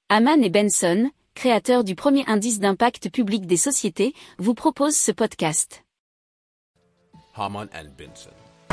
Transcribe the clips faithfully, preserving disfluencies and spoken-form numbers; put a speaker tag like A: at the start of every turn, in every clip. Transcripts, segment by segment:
A: Hamann et Benson, créateurs du premier indice d'impact public des sociétés, vous proposent ce podcast.
B: Hamann and Benson.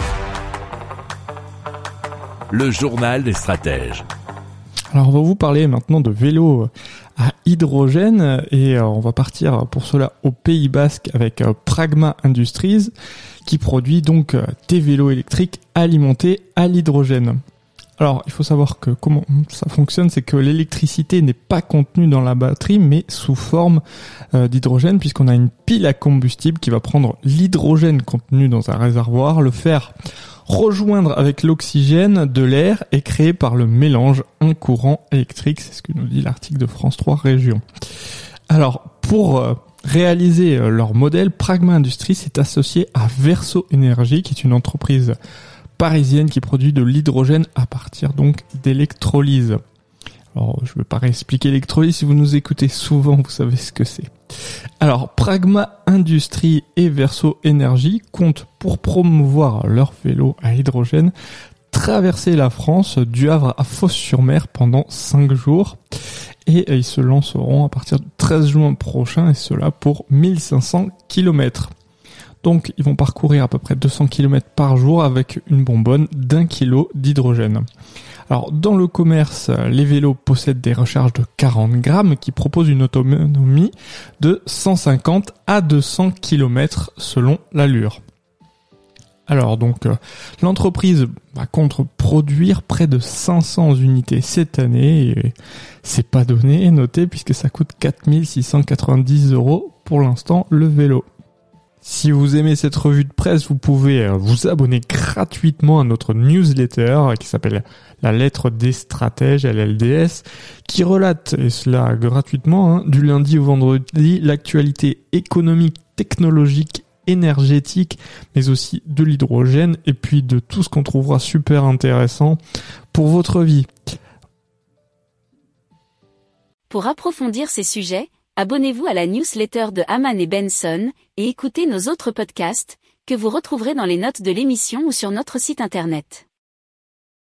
B: Le journal des stratèges.
C: Alors on va vous parler maintenant de vélos à hydrogène et on va partir pour cela au Pays Basque avec Pragma Industries qui produit donc des vélos électriques alimentés à l'hydrogène. Alors il faut savoir que comment ça fonctionne, c'est que l'électricité n'est pas contenue dans la batterie mais sous forme euh, d'hydrogène puisqu'on a une pile à combustible qui va prendre l'hydrogène contenu dans un réservoir, le faire rejoindre avec l'oxygène de l'air et créer par le mélange un courant électrique, c'est ce que nous dit l'article de France trois Régions. Alors pour euh, réaliser euh, leur modèle, Pragma Industries s'est associé à Verso Énergie qui est une entreprise parisienne qui produit de l'hydrogène à partir donc d'électrolyse. Alors, je ne vais pas réexpliquer l'électrolyse, si vous nous écoutez souvent, vous savez ce que c'est. Alors, Pragma Industries et Verso Énergie comptent pour promouvoir leur vélo à hydrogène traverser la France du Havre à Fos-sur-Mer pendant cinq jours. Et ils se lanceront à partir du treize juin prochain, et cela pour mille cinq cents kilomètres. Donc, ils vont parcourir à peu près deux cents kilomètres par jour avec une bonbonne d'un kilo d'hydrogène. Alors, dans le commerce, les vélos possèdent des recharges de quarante grammes qui proposent une autonomie de cent cinquante à deux cents kilomètres selon l'allure. Alors, donc, euh, l'entreprise va compte produire près de cinq cents unités cette année et c'est pas donné, notez, puisque ça coûte quatre mille six cent quatre-vingt-dix euros pour l'instant le vélo. Si vous aimez cette revue de presse, vous pouvez vous abonner gratuitement à notre newsletter qui s'appelle La Lettre des Stratèges, L L D S, qui relate, et cela gratuitement, hein, du lundi au vendredi, l'actualité économique, technologique, énergétique, mais aussi de l'hydrogène et puis de tout ce qu'on trouvera super intéressant pour votre vie.
A: Pour approfondir ces sujets, abonnez-vous à la newsletter de Hamann et Benson et écoutez nos autres podcasts que vous retrouverez dans les notes de l'émission ou sur notre site internet.